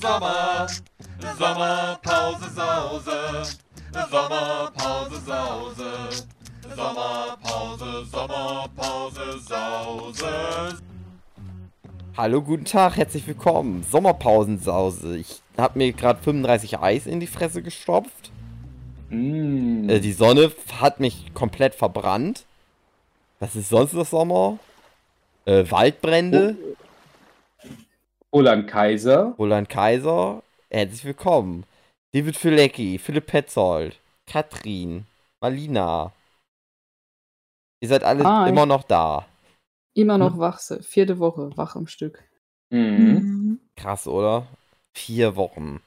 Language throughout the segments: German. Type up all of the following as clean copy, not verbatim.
Sommer, Sommerpause Sause, Sommerpause Sause, Sommerpause, Sommerpause Sause. Hallo, guten Tag, herzlich willkommen. Sommerpausensause. Ich habe mir gerade 35 Eis in die Fresse gestopft. Die Sonne hat mich komplett verbrannt. Was ist sonst noch Sommer? Waldbrände. Roland Kaiser. Roland Kaiser. Herzlich willkommen. David Filecki, Philipp Petzold, Katrin, Malina. Ihr seid alle immer noch da. Immer noch wach, 4. Woche, wach am Stück. Krass, oder? 4 Wochen.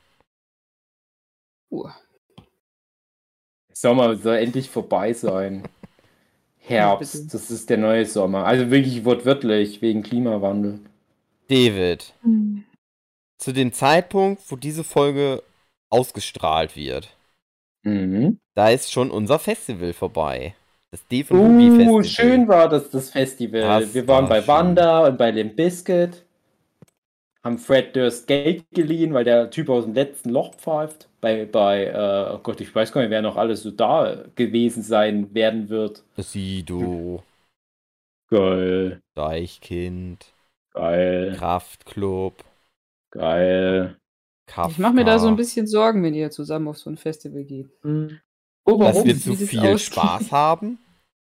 Sommer soll endlich vorbei sein. Herbst, das ist der neue Sommer. Also wirklich wortwörtlich, wegen Klimawandel. David, zu dem Zeitpunkt, wo diese Folge ausgestrahlt wird, da ist schon unser Festival vorbei. Das D5-Festival. Schön war das Festival. Wir waren bei Wanda und bei Limp Bizkit. Haben Fred Durst Geld geliehen, weil der Typ aus dem letzten Loch pfeift. Oh Gott, ich weiß gar nicht, wer noch alles so da gewesen sein werden wird. Sido. Geil. Deichkind. Geil. Kraftklub. Geil. Kafka. Ich mache mir da so ein bisschen Sorgen, wenn ihr zusammen auf so ein Festival geht. Oh, dass wir zu viel Spaß haben?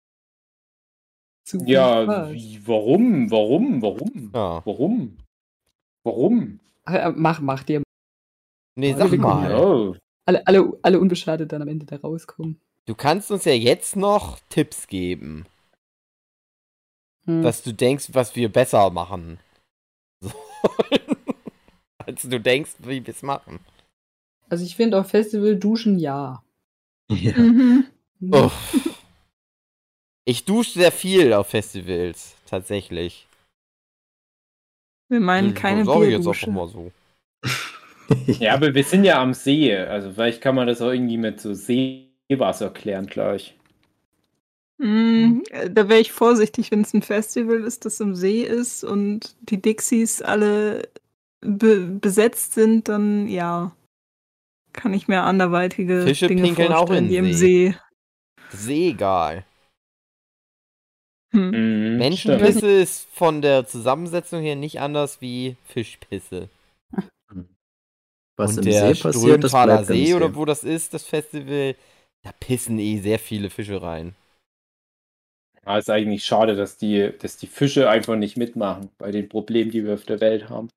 Ja, warum? Ja. Warum? Mach dir. Nee, sag mal. Oh. Alle unbeschadet dann am Ende da rauskommen. Du kannst uns ja jetzt noch Tipps geben. Was du denkst, was wir besser machen sollen. Als du denkst, wie wir es machen. Also ich finde auf Festival duschen ja. Ich dusche sehr viel auf Festivals, tatsächlich. Wir meinen keine Sag ich jetzt Bierdusche. auch mal so. Ja, aber wir sind ja am See. Also vielleicht kann man das auch irgendwie mit so Seewasser klären gleich. Da wäre ich vorsichtig, wenn es ein Festival ist, das im See ist und die Dixies alle besetzt sind, dann ja, kann ich mir anderweitige Fische Dinge pinkeln auch vorstellen, in die im See. See. Das ist eh egal. Stimmt. Menschenpisse ist von der Zusammensetzung her nicht anders wie Fischpisse. Was und im der See passiert, das Strömtaler bleibt im See See. oder wo das ist, das Festival, da pissen eh sehr viele Fische rein. Ja, ist eigentlich schade, dass die Fische einfach nicht mitmachen bei den Problemen, die wir auf der Welt haben.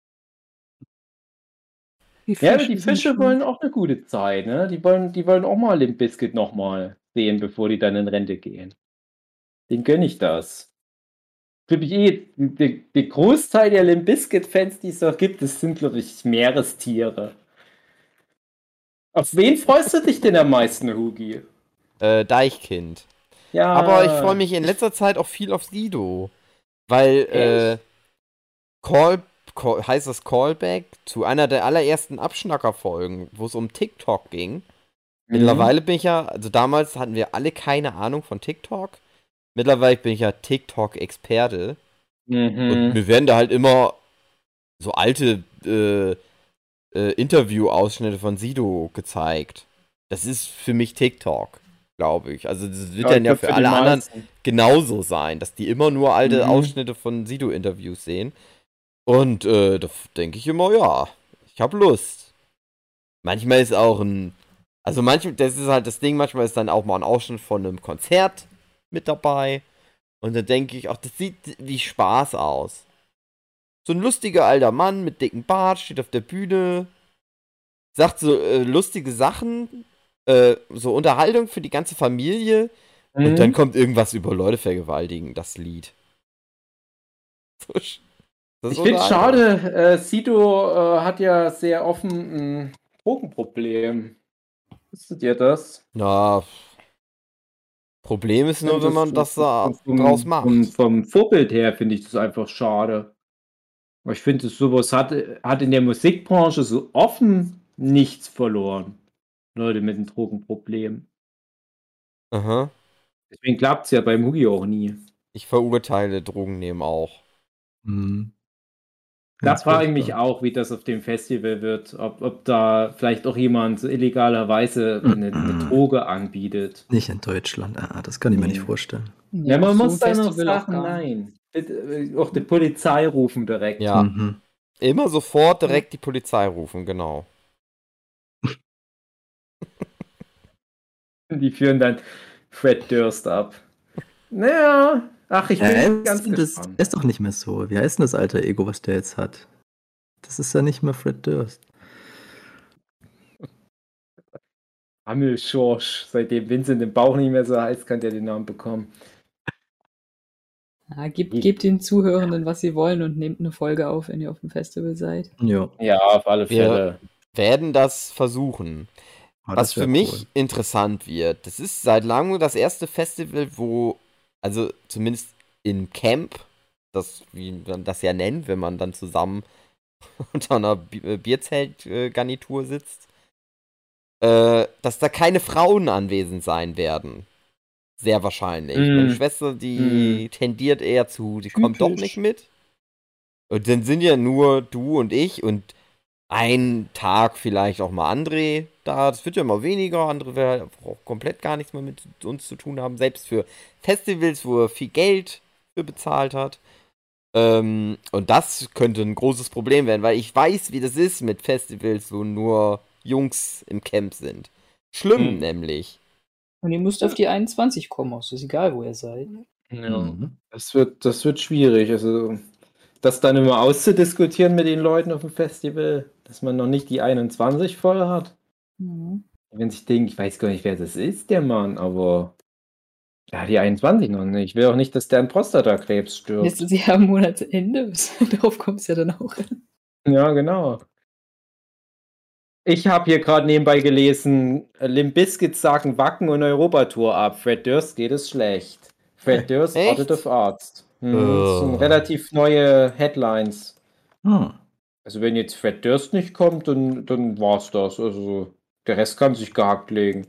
Ja, aber die Fische wollen auch eine gute Zeit, ne? Die wollen auch mal Limp Bizkit nochmal sehen, bevor die dann in Rente gehen. Den gönne ich das. Glaube ich der Großteil der Limp Bizkit-Fans, die es auch gibt, das sind, glaube ich, Meerestiere. Auf wen freust du dich denn am meisten, Hugi? Deichkind. Ja. Aber ich freue mich in letzter Zeit auch viel auf Sido. Weil, heißt das Callback zu einer der allerersten Abschnacker-Folgen, wo es um TikTok ging. Mittlerweile bin ich ja, also damals hatten wir alle keine Ahnung von TikTok. Mittlerweile bin ich ja TikTok-Experte. Und mir werden da halt immer so alte Interview-Ausschnitte von Sido gezeigt. Das ist für mich TikTok, glaube ich. Also das wird dann ja für alle anderen genauso sein, dass die immer nur alte Ausschnitte von Sido-Interviews sehen. Und da denke ich immer, ja, ich habe Lust. Manchmal ist auch das ist halt das Ding, manchmal ist dann auch mal ein Ausschnitt von einem Konzert mit dabei. Und dann denke ich, ach, das sieht wie Spaß aus. So ein lustiger alter Mann mit dicken Bart steht auf der Bühne, sagt so lustige Sachen, so Unterhaltung für die ganze Familie. Und dann kommt irgendwas über Leute vergewaltigen, das Lied. Ich finde es schade, Sido hat ja sehr offen ein Drogenproblem. Wusstet ihr das? Na, Problem ist nur, wenn man das draus macht. Vom Vorbild her finde ich das einfach schade. Aber ich finde, sowas hat in der Musikbranche so offen nichts verloren. Leute mit einem Drogenproblem. Aha. Deswegen klappt es ja beim Hugi auch nie. Ich verurteile Drogennehmen auch. Da frage ich mich auch, wie das auf dem Festival wird. Ob da vielleicht auch jemand illegalerweise eine Droge anbietet. Nicht in Deutschland, das kann ich mir nicht vorstellen. Nee, Man auf so muss ein dann noch Festival auch sagen, gar nicht. nein. Bitte, auch die Polizei rufen direkt. Ja, Mhm. immer sofort direkt die Polizei rufen, genau. Die führen dann Fred Durst ab. Naja, ach, ich bin ganz Das gespannt. ist doch nicht mehr so. Wie heißt denn das alter Ego, was der jetzt hat? Das ist ja nicht mehr Fred Durst. Hamel Schorsch, seitdem Vincent im Bauch nicht mehr so heißt, kann der den Namen bekommen. Ja, gebt den Zuhörenden, was sie wollen und nehmt eine Folge auf, wenn ihr auf dem Festival seid. Ja. Ja, auf alle Wir Fälle. werden das versuchen. Ah, Was das wär für mich cool. interessant wird, das ist seit langem das erste Festival, wo, also zumindest im Camp, das, wie man das ja nennt, wenn man dann zusammen unter einer Bierzeltgarnitur sitzt, dass da keine Frauen anwesend sein werden. Sehr wahrscheinlich. Meine Schwester, die tendiert eher zu, die kommt doch Typisch. nicht mit. Und dann sind ja nur du und ich und einen Tag vielleicht auch mal André da. Das wird ja immer weniger. André will auch komplett gar nichts mehr mit uns zu tun haben. Selbst für Festivals, wo er viel Geld für bezahlt hat. Und das könnte ein großes Problem werden, weil ich weiß, wie das ist mit Festivals, wo nur Jungs im Camp sind. Schlimm, nämlich. Und ihr müsst auf die 21 kommen, es ist egal, wo ihr seid. Ja, Mhm. das wird schwierig. Also, das dann immer auszudiskutieren mit den Leuten auf dem Festival, dass man noch nicht die 21 voll hat. Mhm. Wenn sich denkt, ich weiß gar nicht, wer das ist, der Mann, aber ja, die 21 noch nicht. Ich will auch nicht, dass der an Prostatakrebs stirbt. Jetzt ist ja am Monatsende, darauf kommt es ja dann auch an. Ja, genau. Ich habe hier gerade nebenbei gelesen, Limp Bizkit sagen Wacken und Europatour ab. Fred Durst geht es schlecht. Fred Durst Echt? wartet auf Arzt. Das sind relativ neue Headlines. Hm. Also wenn jetzt Fred Durst nicht kommt, dann war's das. Also der Rest kann sich gehackt legen.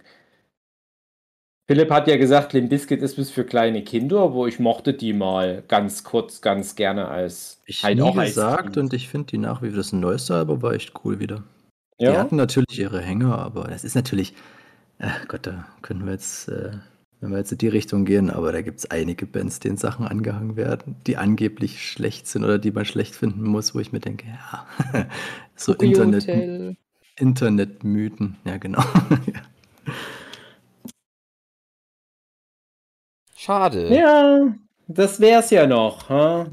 Philipp hat ja gesagt, Limp Bizkit ist bis für kleine Kinder, aber ich mochte die mal ganz kurz, ganz gerne als Ich halt nie auch als gesagt Kind. und ich finde die nach wie vor, das neueste Album war echt cool wieder. Die Ja, hatten natürlich ihre Hänger, aber das ist natürlich, Gott, da können wir jetzt, wenn wir jetzt in die Richtung gehen, aber da gibt es einige Bands, denen Sachen angehangen werden, die angeblich schlecht sind oder die man schlecht finden muss, wo ich mir denke, ja, so Tokyo Hotel. Internetmythen, ja genau. Schade. ja, das wär's ja noch. Ha?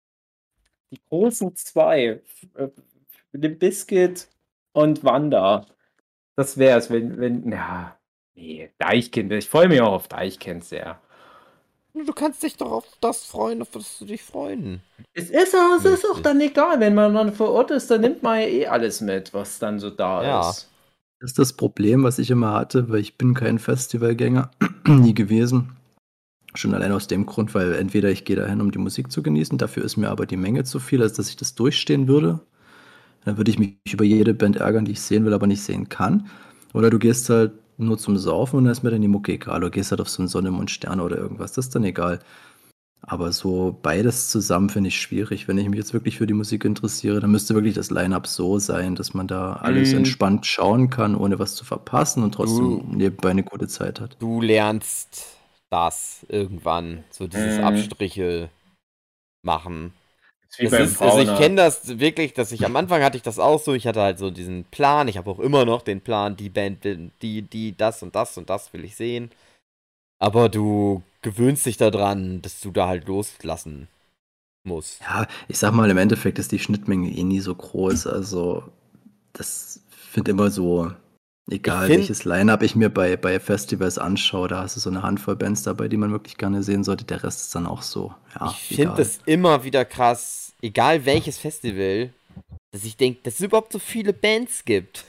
Die großen zwei, Limp Bizkit und Wanda. Das wär's, ja, nee, Deichkind. Ich freue mich auch auf Deichkind sehr. Du kannst dich doch auf das freuen, auf das du dich freuen. Es ist auch dann egal, wenn man dann vor Ort ist, dann nimmt man ja eh alles mit, was dann so da Ja. ist. Das ist das Problem, was ich immer hatte, weil ich bin kein Festivalgänger, nie gewesen. Schon allein aus dem Grund, weil entweder ich gehe dahin, um die Musik zu genießen, dafür ist mir aber die Menge zu viel, als dass ich das durchstehen würde. Dann würde ich mich über jede Band ärgern, die ich sehen will, aber nicht sehen kann. Oder du gehst halt nur zum Saufen und dann ist mir dann die Mucke egal. Oder gehst halt auf so einen Sonne, Mond, Sterne oder irgendwas, das ist dann egal. Aber so beides zusammen finde ich schwierig. Wenn ich mich jetzt wirklich für die Musik interessiere, dann müsste wirklich das Line-Up so sein, dass man da alles entspannt schauen kann, ohne was zu verpassen und trotzdem nebenbei eine gute Zeit hat. Du lernst das irgendwann, so dieses Abstriche machen. Ist wie beim Also ich Frauenarzt. kenne das wirklich, dass ich am Anfang hatte ich das auch so, ich hatte halt so diesen Plan, ich habe auch immer noch den Plan, die Band, die das und das und das will ich sehen. Aber du gewöhnst dich daran, dass du da halt loslassen musst. Ja, ich sag mal, im Endeffekt ist die Schnittmenge eh nie so groß. Also, das finde immer so, egal welches Line-Up ich mir bei Festivals anschaue, da hast du so eine Handvoll Bands dabei, die man wirklich gerne sehen sollte. Der Rest ist dann auch so, ja, Ich finde das immer wieder krass, egal welches Festival, dass ich denke, dass es überhaupt so viele Bands gibt.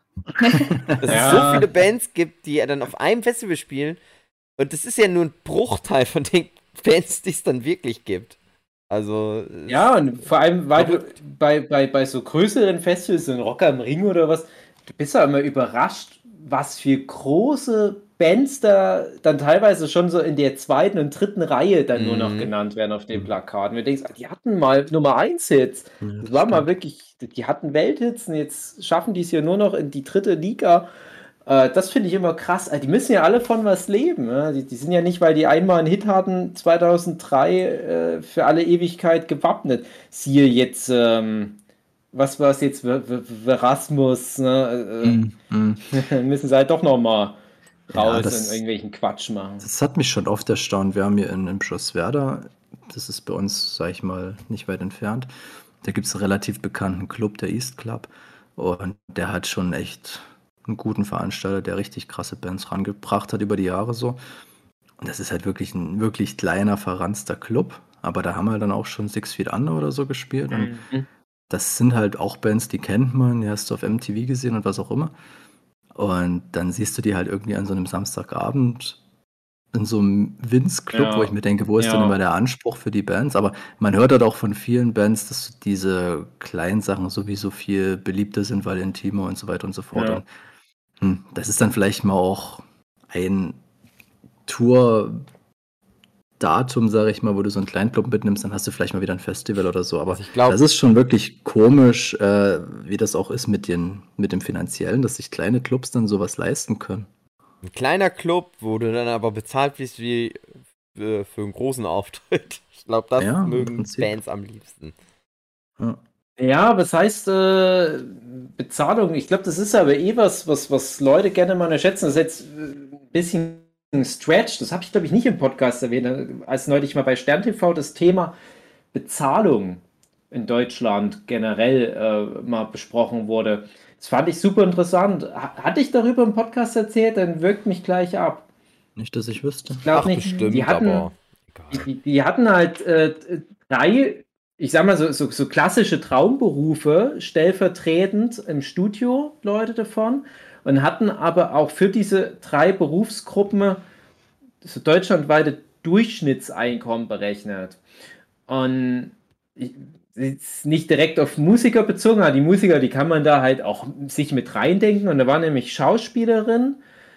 Dass es so viele Bands gibt, die dann auf einem Festival spielen. Und das ist ja nur ein Bruchteil von den Bands, die es dann wirklich gibt. Also. Ja, und vor allem, weil du bei so größeren Festivals, so ein Rock am Ring oder was, du bist ja immer überrascht, was für große Bands da dann teilweise schon so in der 2. und 3. Reihe dann nur noch genannt werden auf den Plakaten. Wir denken, die hatten mal Nummer 1 Hits. Das war mal wirklich, die hatten Welthits und jetzt schaffen die es hier nur noch in die 3. Liga. Das finde ich immer krass. Die müssen ja alle von was leben. Ne? Die sind ja nicht, weil die einmal einen Hit hatten, 2003 für alle Ewigkeit gewappnet. Siehe jetzt, was war es jetzt, Verasmus, ne? Müssen sie halt doch nochmal raus und irgendwelchen Quatsch machen. Das hat mich schon oft erstaunt. Wir haben hier in Bischofswerda, das ist bei uns, sag ich mal, nicht weit entfernt, da gibt es einen relativ bekannten Club, der East Club, und der hat schon echt einen guten Veranstalter, der richtig krasse Bands rangebracht hat über die Jahre so. Und das ist halt wirklich ein wirklich kleiner, verranzter Club, aber da haben wir dann auch schon 6 Feet Under oder so gespielt. Und das sind halt auch Bands, die kennt man, die hast du auf MTV gesehen und was auch immer. Und dann siehst du die halt irgendwie an so einem Samstagabend in so einem Vince-Club, wo ich mir denke, wo ist denn immer der Anspruch für die Bands? Aber man hört halt auch von vielen Bands, dass diese kleinen Sachen sowieso viel beliebter sind, weil Intimo und so weiter und so fort. Ja. Und, das ist dann vielleicht mal auch ein Tour-Datum, sage ich mal, wo du so einen kleinen Club mitnimmst, dann hast du vielleicht mal wieder ein Festival oder so. Aber ich glaub, das ist schon wirklich komisch, wie das auch ist mit dem Finanziellen, dass sich kleine Clubs dann sowas leisten können. Ein kleiner Club, wo du dann aber bezahlt wirst wie für einen großen Auftritt. Ich glaube, das mögen Bands am liebsten. Ja, was heißt Bezahlung? Ich glaube, das ist aber was Leute gerne mal schätzen. Das ist jetzt ein bisschen ein Stretch. Das habe ich, glaube ich, nicht im Podcast erwähnt, als neulich mal bei Stern TV das Thema Bezahlung in Deutschland generell mal besprochen wurde. Das fand ich super interessant. Hatte ich darüber im Podcast erzählt, dann wirkt mich gleich ab. Nicht, dass ich wüsste. Ich glaube nicht. Bestimmt, die hatten, aber die hatten halt 3, ich sag mal so klassische Traumberufe stellvertretend im Studio, Leute davon, und hatten aber auch für diese 3 Berufsgruppen so deutschlandweite Durchschnittseinkommen berechnet. Und ist nicht direkt auf Musiker bezogen, aber die Musiker, die kann man da halt auch sich mit reindenken. Und da war nämlich Schauspielerin,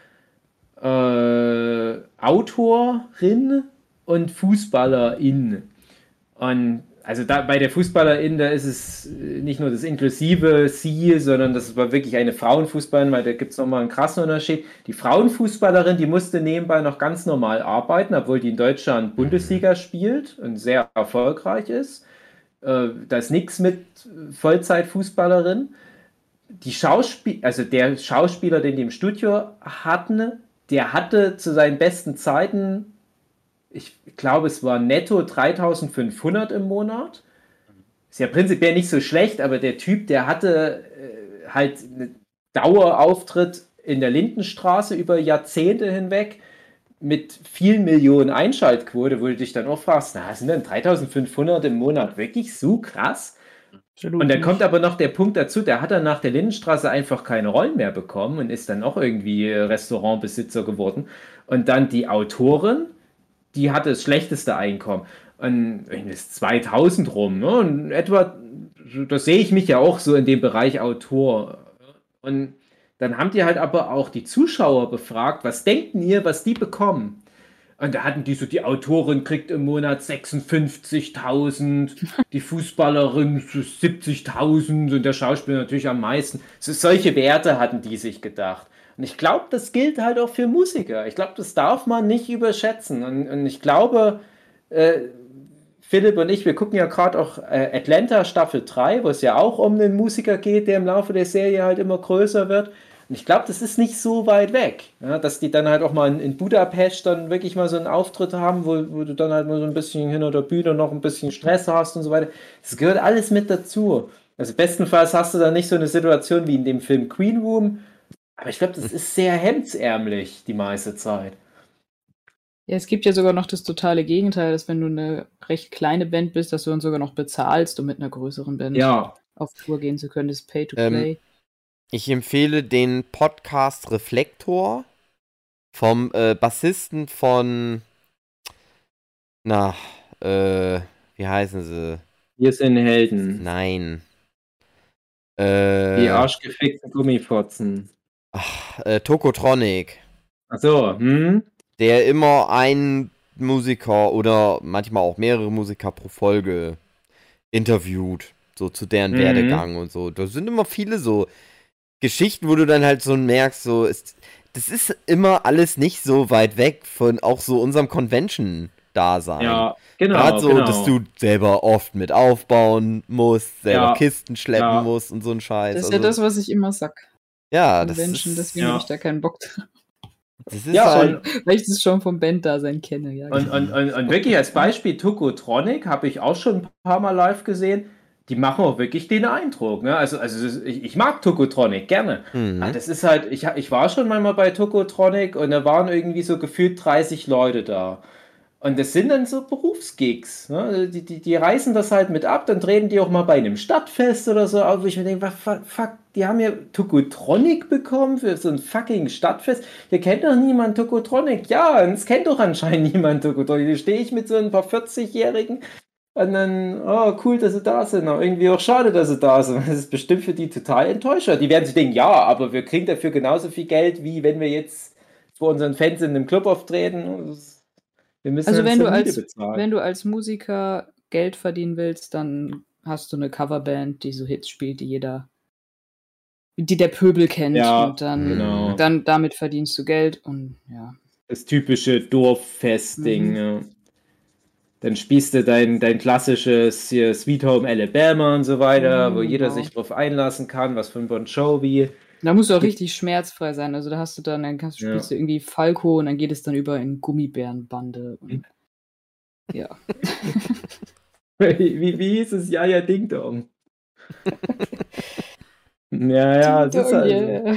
Autorin und Fußballerin. Und also da bei der Fußballerin, da ist es nicht nur das inklusive sie, sondern das war wirklich eine Frauenfußballerin, weil da gibt es nochmal einen krassen Unterschied. Die Frauenfußballerin, die musste nebenbei noch ganz normal arbeiten, obwohl die in Deutschland Bundesliga spielt und sehr erfolgreich ist. Da ist nichts mit Vollzeitfußballerin. Der Schauspieler, den die im Studio hatten, der hatte zu seinen besten Zeiten, ich glaube, es war netto 3.500 im Monat. Ist ja prinzipiell nicht so schlecht, aber der Typ, der hatte halt einen Dauerauftritt in der Lindenstraße über Jahrzehnte hinweg mit vielen Millionen Einschaltquote, wo du dich dann auch fragst, sind denn 3.500 im Monat wirklich so krass? Absolut. Und dann kommt aber noch der Punkt dazu, der hat dann nach der Lindenstraße einfach keine Rollen mehr bekommen und ist dann auch irgendwie Restaurantbesitzer geworden. Und dann die Autorin, die hatte das schlechteste Einkommen. Und das 2000 rum. Ne? Und etwa, das sehe ich mich ja auch so in dem Bereich Autor. Und dann haben die halt aber auch die Zuschauer befragt, was denken ihr, was die bekommen? Und da hatten die so, die Autorin kriegt im Monat 56.000, die Fußballerin 70.000 und der Schauspieler natürlich am meisten. So, solche Werte hatten die sich gedacht. Und ich glaube, das gilt halt auch für Musiker. Ich glaube, das darf man nicht überschätzen. Und ich glaube, Philipp und ich, wir gucken ja gerade auch Atlanta Staffel 3, wo es ja auch um einen Musiker geht, der im Laufe der Serie halt immer größer wird. Und ich glaube, das ist nicht so weit weg, ja, dass die dann halt auch mal in Budapest dann wirklich mal so einen Auftritt haben, wo du dann halt mal so ein bisschen hinter der Bühne noch ein bisschen Stress hast und so weiter. Das gehört alles mit dazu. Also bestenfalls hast du dann nicht so eine Situation wie in dem Film Green Room, aber ich glaube, das ist sehr hemdsärmlich die meiste Zeit. Ja, es gibt ja sogar noch das totale Gegenteil, dass wenn du eine recht kleine Band bist, dass du dann sogar noch bezahlst, um mit einer größeren Band auf Tour gehen zu können. Das ist Pay-to-Play. Ich empfehle den Podcast Reflektor vom Bassisten von wie heißen sie? Wir sind Helden. Nein. Die arschgefickten Gummifotzen. Tokotronic. Ach so, der immer einen Musiker oder manchmal auch mehrere Musiker pro Folge interviewt, so zu deren Werdegang und so. Da sind immer viele so Geschichten, wo du dann halt so merkst, so das ist immer alles nicht so weit weg von auch so unserem Convention-Dasein. Ja, genau. Gerade so, dass du selber oft mit aufbauen musst, selber Kisten schleppen musst und so ein Scheiß. Das ist ja das, was ich immer sag. Ja, Convention, deswegen habe ich da keinen Bock drauf. Das ist halt, weil ich das schon vom Band-Dasein kenne. Ja, und wirklich als Beispiel Tokotronic habe ich auch schon ein paar Mal live gesehen. Die machen auch wirklich den Eindruck. Ne? Also ich mag Tokotronic gerne. Aber das ist halt, ich war schon mal bei Tokotronic und da waren irgendwie so gefühlt 30 Leute da. Und das sind dann so Berufsgigs. Ne? Die reißen das halt mit ab, dann treten die auch mal bei einem Stadtfest oder so auf, wo ich mir denke, fuck, die haben ja Tokotronic bekommen für so ein fucking Stadtfest. Hier kennt doch niemand Tokotronic. Ja, und es kennt doch anscheinend niemand Tokotronic. Da stehe ich mit so ein paar 40-Jährigen und dann, oh, cool, dass sie da sind. Aber irgendwie auch schade, dass sie da sind. Das ist bestimmt für die total enttäuschend. Die werden sich denken, ja, aber wir kriegen dafür genauso viel Geld, wie wenn wir jetzt vor unseren Fans in einem Club auftreten. Wir müssen also wenn du als Musiker Geld verdienen willst, dann hast du eine Coverband, die so Hits spielt, die der Pöbel kennt. Ja, und dann damit verdienst du Geld und ja. Das typische Dorffest-Ding. Ja. Dann spielst du dein klassisches hier Sweet Home Alabama und so weiter, wo jeder sich drauf einlassen kann, was von Bon Jovi. Da musst du auch richtig schmerzfrei sein. Also da hast du dann spielst du irgendwie Falco und dann geht es dann über in Gummibärenbande. Und, ja. Wie hieß es? Ja, Ding Dong. Ja, das ist halt.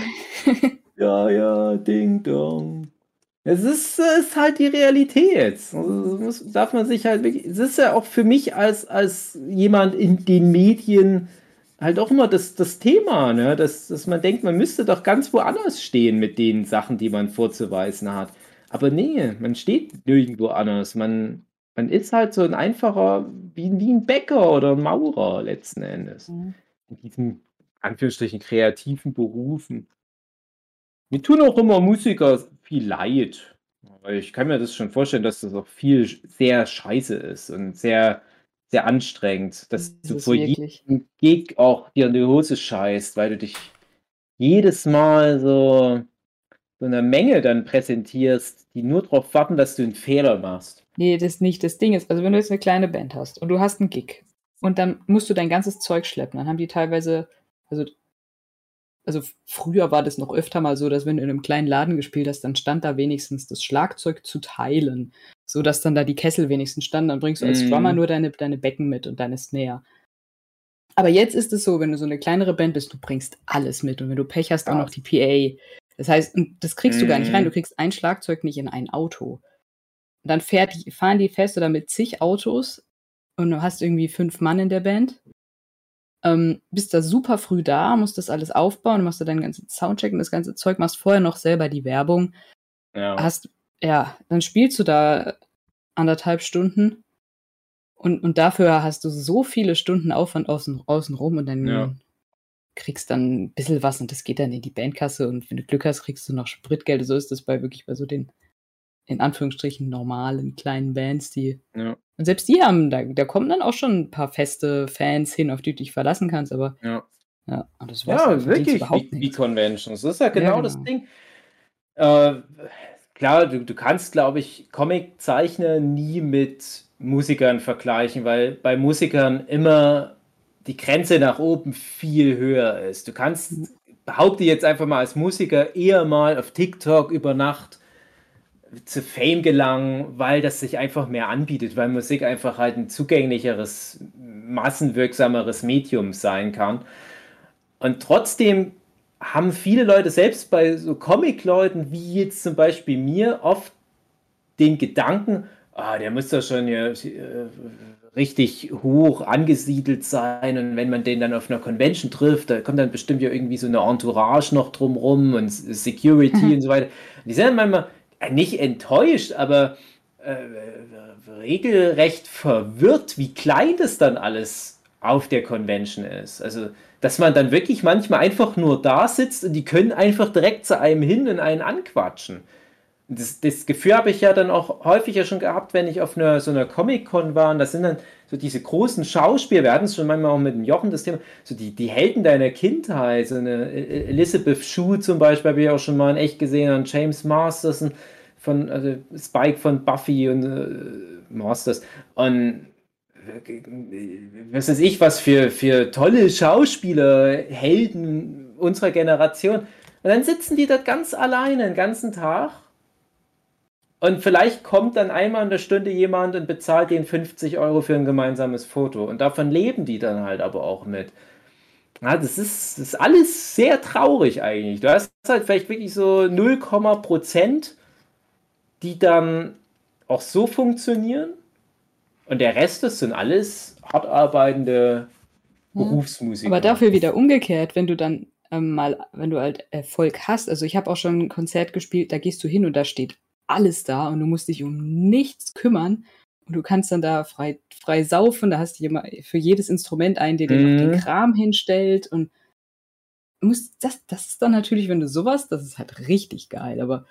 Ja, Ding Dong. Es ist halt die Realität. Darf man sich halt wirklich. Es ist ja auch für mich als jemand in den Medien halt auch immer das Thema, ne? Dass man denkt, man müsste doch ganz woanders stehen mit den Sachen, die man vorzuweisen hat. Aber nee, man steht nirgendwo anders. Man ist halt so ein einfacher, wie ein Bäcker oder ein Maurer letzten Endes. In diesen, Anführungsstrichen, kreativen Berufen. Mir tun auch immer Musiker viel leid. Weil ich kann mir das schon vorstellen, dass das auch viel sehr scheiße ist und sehr, sehr anstrengend, dass du vor jedem Gig auch dir in die Hose scheißt, weil du dich jedes Mal so eine Menge dann präsentierst, die nur darauf warten, dass du einen Fehler machst. Nee, das nicht. Das Ding ist, also wenn du jetzt eine kleine Band hast und du hast einen Gig und dann musst du dein ganzes Zeug schleppen, dann haben die teilweise, also früher war das noch öfter mal so, dass wenn du in einem kleinen Laden gespielt hast, dann stand da wenigstens das Schlagzeug zu teilen, sodass dann da die Kessel wenigstens standen. Dann bringst du als Drummer nur deine Becken mit und deine Snare. Aber jetzt ist es so, wenn du so eine kleinere Band bist, du bringst alles mit. Und wenn du Pech hast, auch noch die PA. Das heißt, das kriegst du gar nicht rein. Du kriegst ein Schlagzeug nicht in ein Auto. Und dann fahren die Feste da mit zig Autos und du hast irgendwie 5 Mann in der Band. Bist da super früh da, musst das alles aufbauen, machst du deinen ganzen Soundcheck und das ganze Zeug, machst vorher noch selber die Werbung. Ja. Dann spielst du da 1,5 Stunden und dafür hast du so viele Stunden Aufwand außenrum und dann kriegst dann ein bisschen was und das geht dann in die Bandkasse und wenn du Glück hast, kriegst du noch Spritgeld. So ist das wirklich bei so den, in Anführungsstrichen, normalen kleinen Bands, die. Ja. Und selbst die haben, da kommen dann auch schon ein paar feste Fans hin, auf die du dich verlassen kannst, aber. Ja, und das war's wirklich wie Conventions. Das ist ja genau das Ding. Klar, du kannst, glaube ich, Comiczeichner nie mit Musikern vergleichen, weil bei Musikern immer die Grenze nach oben viel höher ist. Du kannst, behaupte jetzt einfach mal als Musiker, eher mal auf TikTok über Nacht zu Fame gelangen, weil das sich einfach mehr anbietet, weil Musik einfach halt ein zugänglicheres, massenwirksameres Medium sein kann. Und trotzdem haben viele Leute, selbst bei so Comic-Leuten wie jetzt zum Beispiel mir, oft den Gedanken, der muss doch schon richtig hoch angesiedelt sein und wenn man den dann auf einer Convention trifft, da kommt dann bestimmt ja irgendwie so eine Entourage noch drumrum und Security und so weiter. Die sind dann manchmal nicht enttäuscht, aber regelrecht verwirrt, wie klein das dann alles auf der Convention ist. Also, dass man dann wirklich manchmal einfach nur da sitzt und die können einfach direkt zu einem hin und einen anquatschen. Das Gefühl habe ich ja dann auch häufiger schon gehabt, wenn ich auf so einer Comic-Con war. Und das sind dann so diese großen Schauspieler. Wir hatten es schon manchmal auch mit dem Jochen das Thema. So die Helden deiner Kindheit. So eine Elizabeth Shue zum Beispiel habe ich auch schon mal in echt gesehen. Und James Masterson also Spike von Buffy und Masters. Und was weiß ich, was für tolle Schauspieler, Helden unserer Generation. Und dann sitzen die dort ganz alleine den ganzen Tag. Und vielleicht kommt dann einmal in der Stunde jemand und bezahlt denen 50 € für ein gemeinsames Foto. Und davon leben die dann halt aber auch mit. Ja, das ist alles sehr traurig eigentlich. Du hast halt vielleicht wirklich so 0,%, die dann auch so funktionieren. Und der Rest, das sind alles hart arbeitende Berufsmusiker. Aber dafür wieder umgekehrt, wenn du dann wenn du halt Erfolg hast. Also ich habe auch schon ein Konzert gespielt, da gehst du hin und da steht alles da und du musst dich um nichts kümmern und du kannst dann da frei saufen, da hast du jemand für jedes Instrument einen, der dir noch den Kram hinstellt und das ist dann natürlich, wenn du sowas, das ist halt richtig geil, aber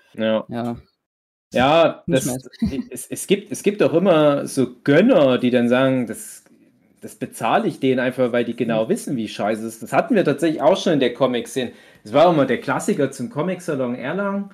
ja, es gibt auch immer so Gönner, die dann sagen, das bezahle ich denen einfach, weil die genau wissen, wie scheiße es ist. Das hatten wir tatsächlich auch schon in der Comic-Szene. Das war auch mal der Klassiker zum Comic-Salon Erlangen,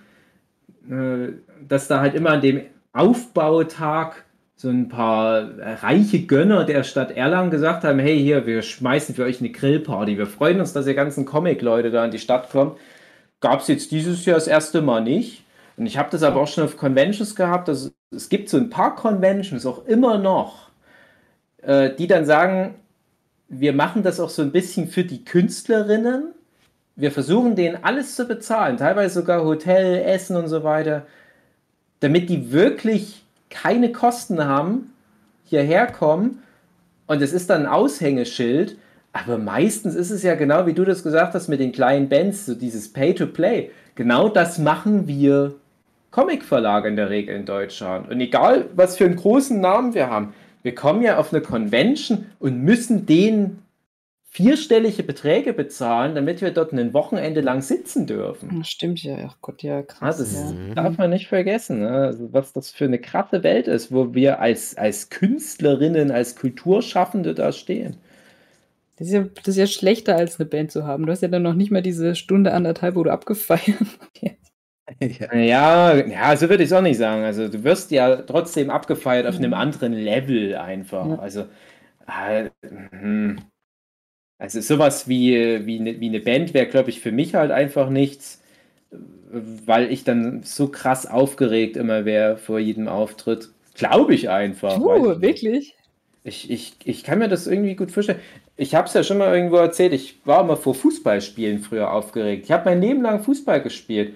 dass da halt immer an dem Aufbautag so ein paar reiche Gönner der Stadt Erlangen gesagt haben, hey, hier, wir schmeißen für euch eine Grillparty. Wir freuen uns, dass ihr ganzen Comic-Leute da in die Stadt kommen. Gab es jetzt dieses Jahr das erste Mal nicht. Und ich habe das aber auch schon auf Conventions gehabt. Es gibt so ein paar Conventions, auch immer noch, die dann sagen, wir machen das auch so ein bisschen für die Künstlerinnen. Wir versuchen denen alles zu bezahlen, teilweise sogar Hotel, Essen und so weiter, damit die wirklich keine Kosten haben, hierher kommen. Und es ist dann ein Aushängeschild. Aber meistens ist es ja genau, wie du das gesagt hast, mit den kleinen Bands, so dieses Pay-to-Play. Genau das machen wir Comicverlage in der Regel in Deutschland. Und egal, was für einen großen Namen wir haben, wir kommen ja auf eine Convention und müssen denen 4-stellige Beträge bezahlen, damit wir dort ein Wochenende lang sitzen dürfen. Das stimmt ja. Ach Gott, ja, krass. Das darf man nicht vergessen, ne? Also, was das für eine krasse Welt ist, wo wir als Künstlerinnen, als Kulturschaffende da stehen. Das ist ja schlechter, als eine Band zu haben. Du hast ja dann noch nicht mal diese Stunde, anderthalb, wo du abgefeiert wirst. Ja, so würde ich es auch nicht sagen. Also du wirst ja trotzdem abgefeiert auf einem anderen Level einfach. Ja. Also sowas wie eine Band wäre, glaube ich, für mich halt einfach nichts, weil ich dann so krass aufgeregt immer wäre vor jedem Auftritt. Glaube ich einfach. Wirklich? Ich kann mir das irgendwie gut vorstellen. Ich habe es ja schon mal irgendwo erzählt, ich war immer vor Fußballspielen früher aufgeregt. Ich habe mein Leben lang Fußball gespielt.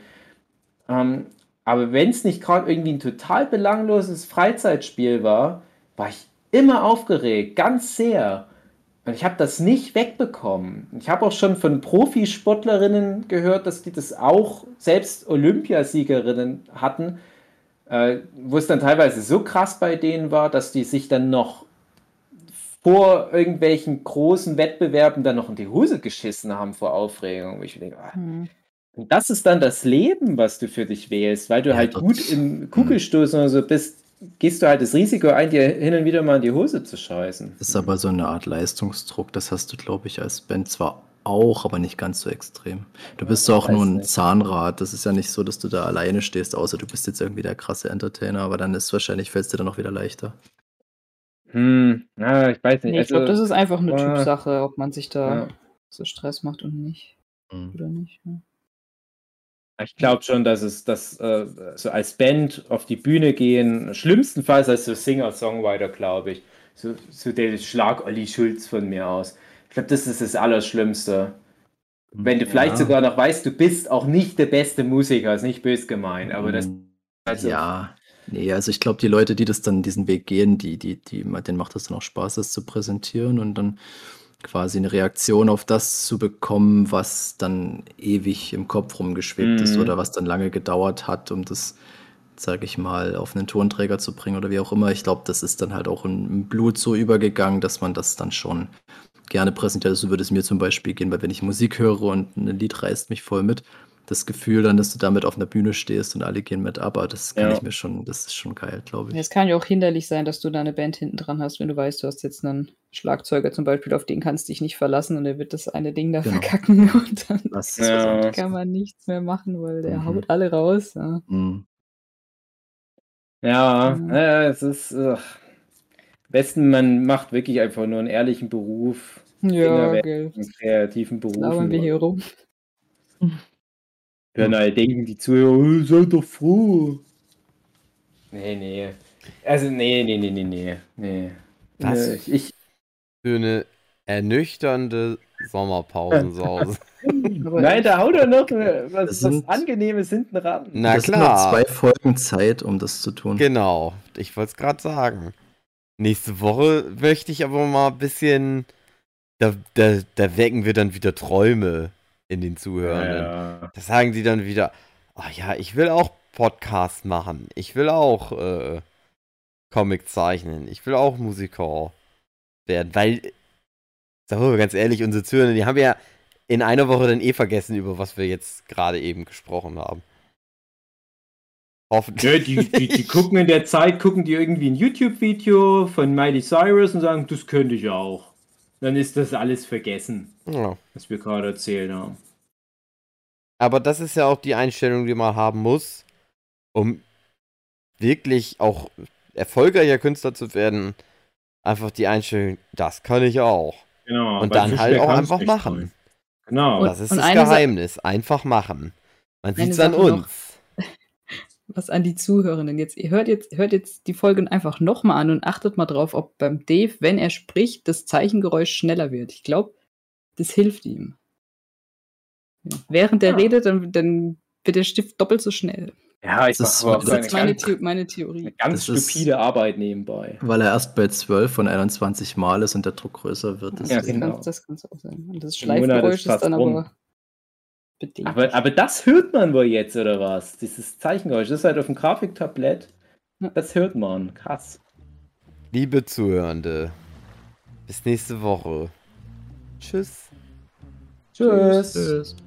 Aber wenn es nicht gerade irgendwie ein total belangloses Freizeitspiel war, war ich immer aufgeregt, ganz sehr. Und ich habe das nicht wegbekommen. Ich habe auch schon von Profisportlerinnen gehört, dass die das auch, selbst Olympiasiegerinnen hatten, wo es dann teilweise so krass bei denen war, dass die sich dann noch vor irgendwelchen großen Wettbewerben dann noch in die Hose geschissen haben vor Aufregung. Wo ich denke, und das ist dann das Leben, was du für dich wählst, weil du halt gut im Kugelstoßen oder so bist, gehst du halt das Risiko ein, dir hin und wieder mal in die Hose zu scheißen. Das ist aber so eine Art Leistungsdruck, das hast du, glaube ich, als Band zwar auch, aber nicht ganz so extrem. Du bist auch nur ein Zahnrad, das ist ja nicht so, dass du da alleine stehst, außer du bist jetzt irgendwie der krasse Entertainer, aber dann fällt es dir dann auch wieder leichter. Ich weiß nicht. Nee, ich glaube, das ist einfach eine Typsache, ob man sich da so Stress macht und nicht. Oder nicht. Ja. Ich glaube schon, dass so als Band auf die Bühne gehen, schlimmstenfalls als so Singer-Songwriter, glaube ich. So der Schlag Olli Schulz von mir aus. Ich glaube, das ist das Allerschlimmste. Wenn du vielleicht sogar noch weißt, du bist auch nicht der beste Musiker, ist nicht böse gemeint, aber das... Also, also ich glaube, die Leute, die das dann diesen Weg gehen, denen macht das dann auch Spaß, das zu präsentieren und dann quasi eine Reaktion auf das zu bekommen, was dann ewig im Kopf rumgeschwebt ist oder was dann lange gedauert hat, um das, sage ich mal, auf einen Tonträger zu bringen oder wie auch immer. Ich glaube, das ist dann halt auch im Blut so übergegangen, dass man das dann schon gerne präsentiert. So würde es mir zum Beispiel gehen, weil wenn ich Musik höre und ein Lied reißt mich voll mit, das Gefühl dann, dass du damit auf einer Bühne stehst und alle gehen mit ab, aber das kann Ja. ich mir schon, das ist schon geil, glaube ich. Es kann ja auch hinderlich sein, dass du da eine Band hinten dran hast, wenn du weißt, du hast jetzt einen Schlagzeuger zum Beispiel, auf den kannst du dich nicht verlassen und der wird das eine Ding da Genau. verkacken und dann Das ist was Ja. anderes. kann man nichts mehr machen, weil der Mhm. haut alle raus. Ja. Mhm. Ja, Ja. es ist. Am besten, man macht wirklich einfach nur einen ehrlichen Beruf. Ja, Finger weg gell. von kreativen Jetzt labern Berufen. wir hier rum. Können halt denken, die Zuhörer, "Oh, seid doch froh." Nee. Also, nee. Was? Ich, Für eine ernüchternde Sommerpausensause. Aber nein, da haut er noch Das was sind- Angenehmes hinten ran. Na das sind noch klar. 2 Folgen Zeit, um das zu tun. Genau, ich wollte es gerade sagen. Nächste Woche möchte ich aber mal ein bisschen. Da wecken wir dann wieder Träume in den Zuhörenden. Ja. Da sagen die dann wieder: Oh ja, ich will auch Podcast machen. Ich will auch Comic zeichnen. Ich will auch Musiker werden. Weil, sagen wir mal ganz ehrlich, unsere Zuhörenden, die haben ja in einer Woche dann vergessen, über was wir jetzt gerade eben gesprochen haben. Hoffentlich. Ja, die gucken in der Zeit, gucken die irgendwie ein YouTube-Video von Miley Cyrus und sagen, das könnte ich auch. Dann ist das alles vergessen, Ja. was wir gerade erzählt haben. Aber das ist ja auch die Einstellung, die man haben muss, um wirklich auch erfolgreicher Künstler zu werden. Einfach die Einstellung, das kann ich auch. Genau. Und weil dann so halt schwer auch kann's einfach nicht machen. sein. Genau. Das ist und das eine Geheimnis. Einfach machen. Man Eine sieht's an Sache noch. uns. Was an die Zuhörenden jetzt. Ihr hört jetzt die Folgen einfach nochmal an und achtet mal drauf, ob beim Dave, wenn er spricht, das Zeichengeräusch schneller wird. Ich glaube, das hilft ihm. Ja. Während er Ja. redet, dann wird der Stift doppelt so schnell. Ja, ich Das ist- mache aber auch das eine ist Meine ganz, Theorie. eine ganz Das ist- stupide Arbeit nebenbei. Weil er erst bei 12 von 21 Mal ist und der Druck größer wird. Ja, deswegen. genau. Das kann auch sein. Und das Im Monat Schleifgeräusch ist ist fast dann rum. aber bedingt. Aber das hört man wohl jetzt, oder was? Dieses Zeichengeräusch, das ist halt auf dem Grafiktablett. Ja. Das hört man. Krass. Liebe Zuhörende, bis nächste Woche. Tschüss. Tschüss. Tschüss.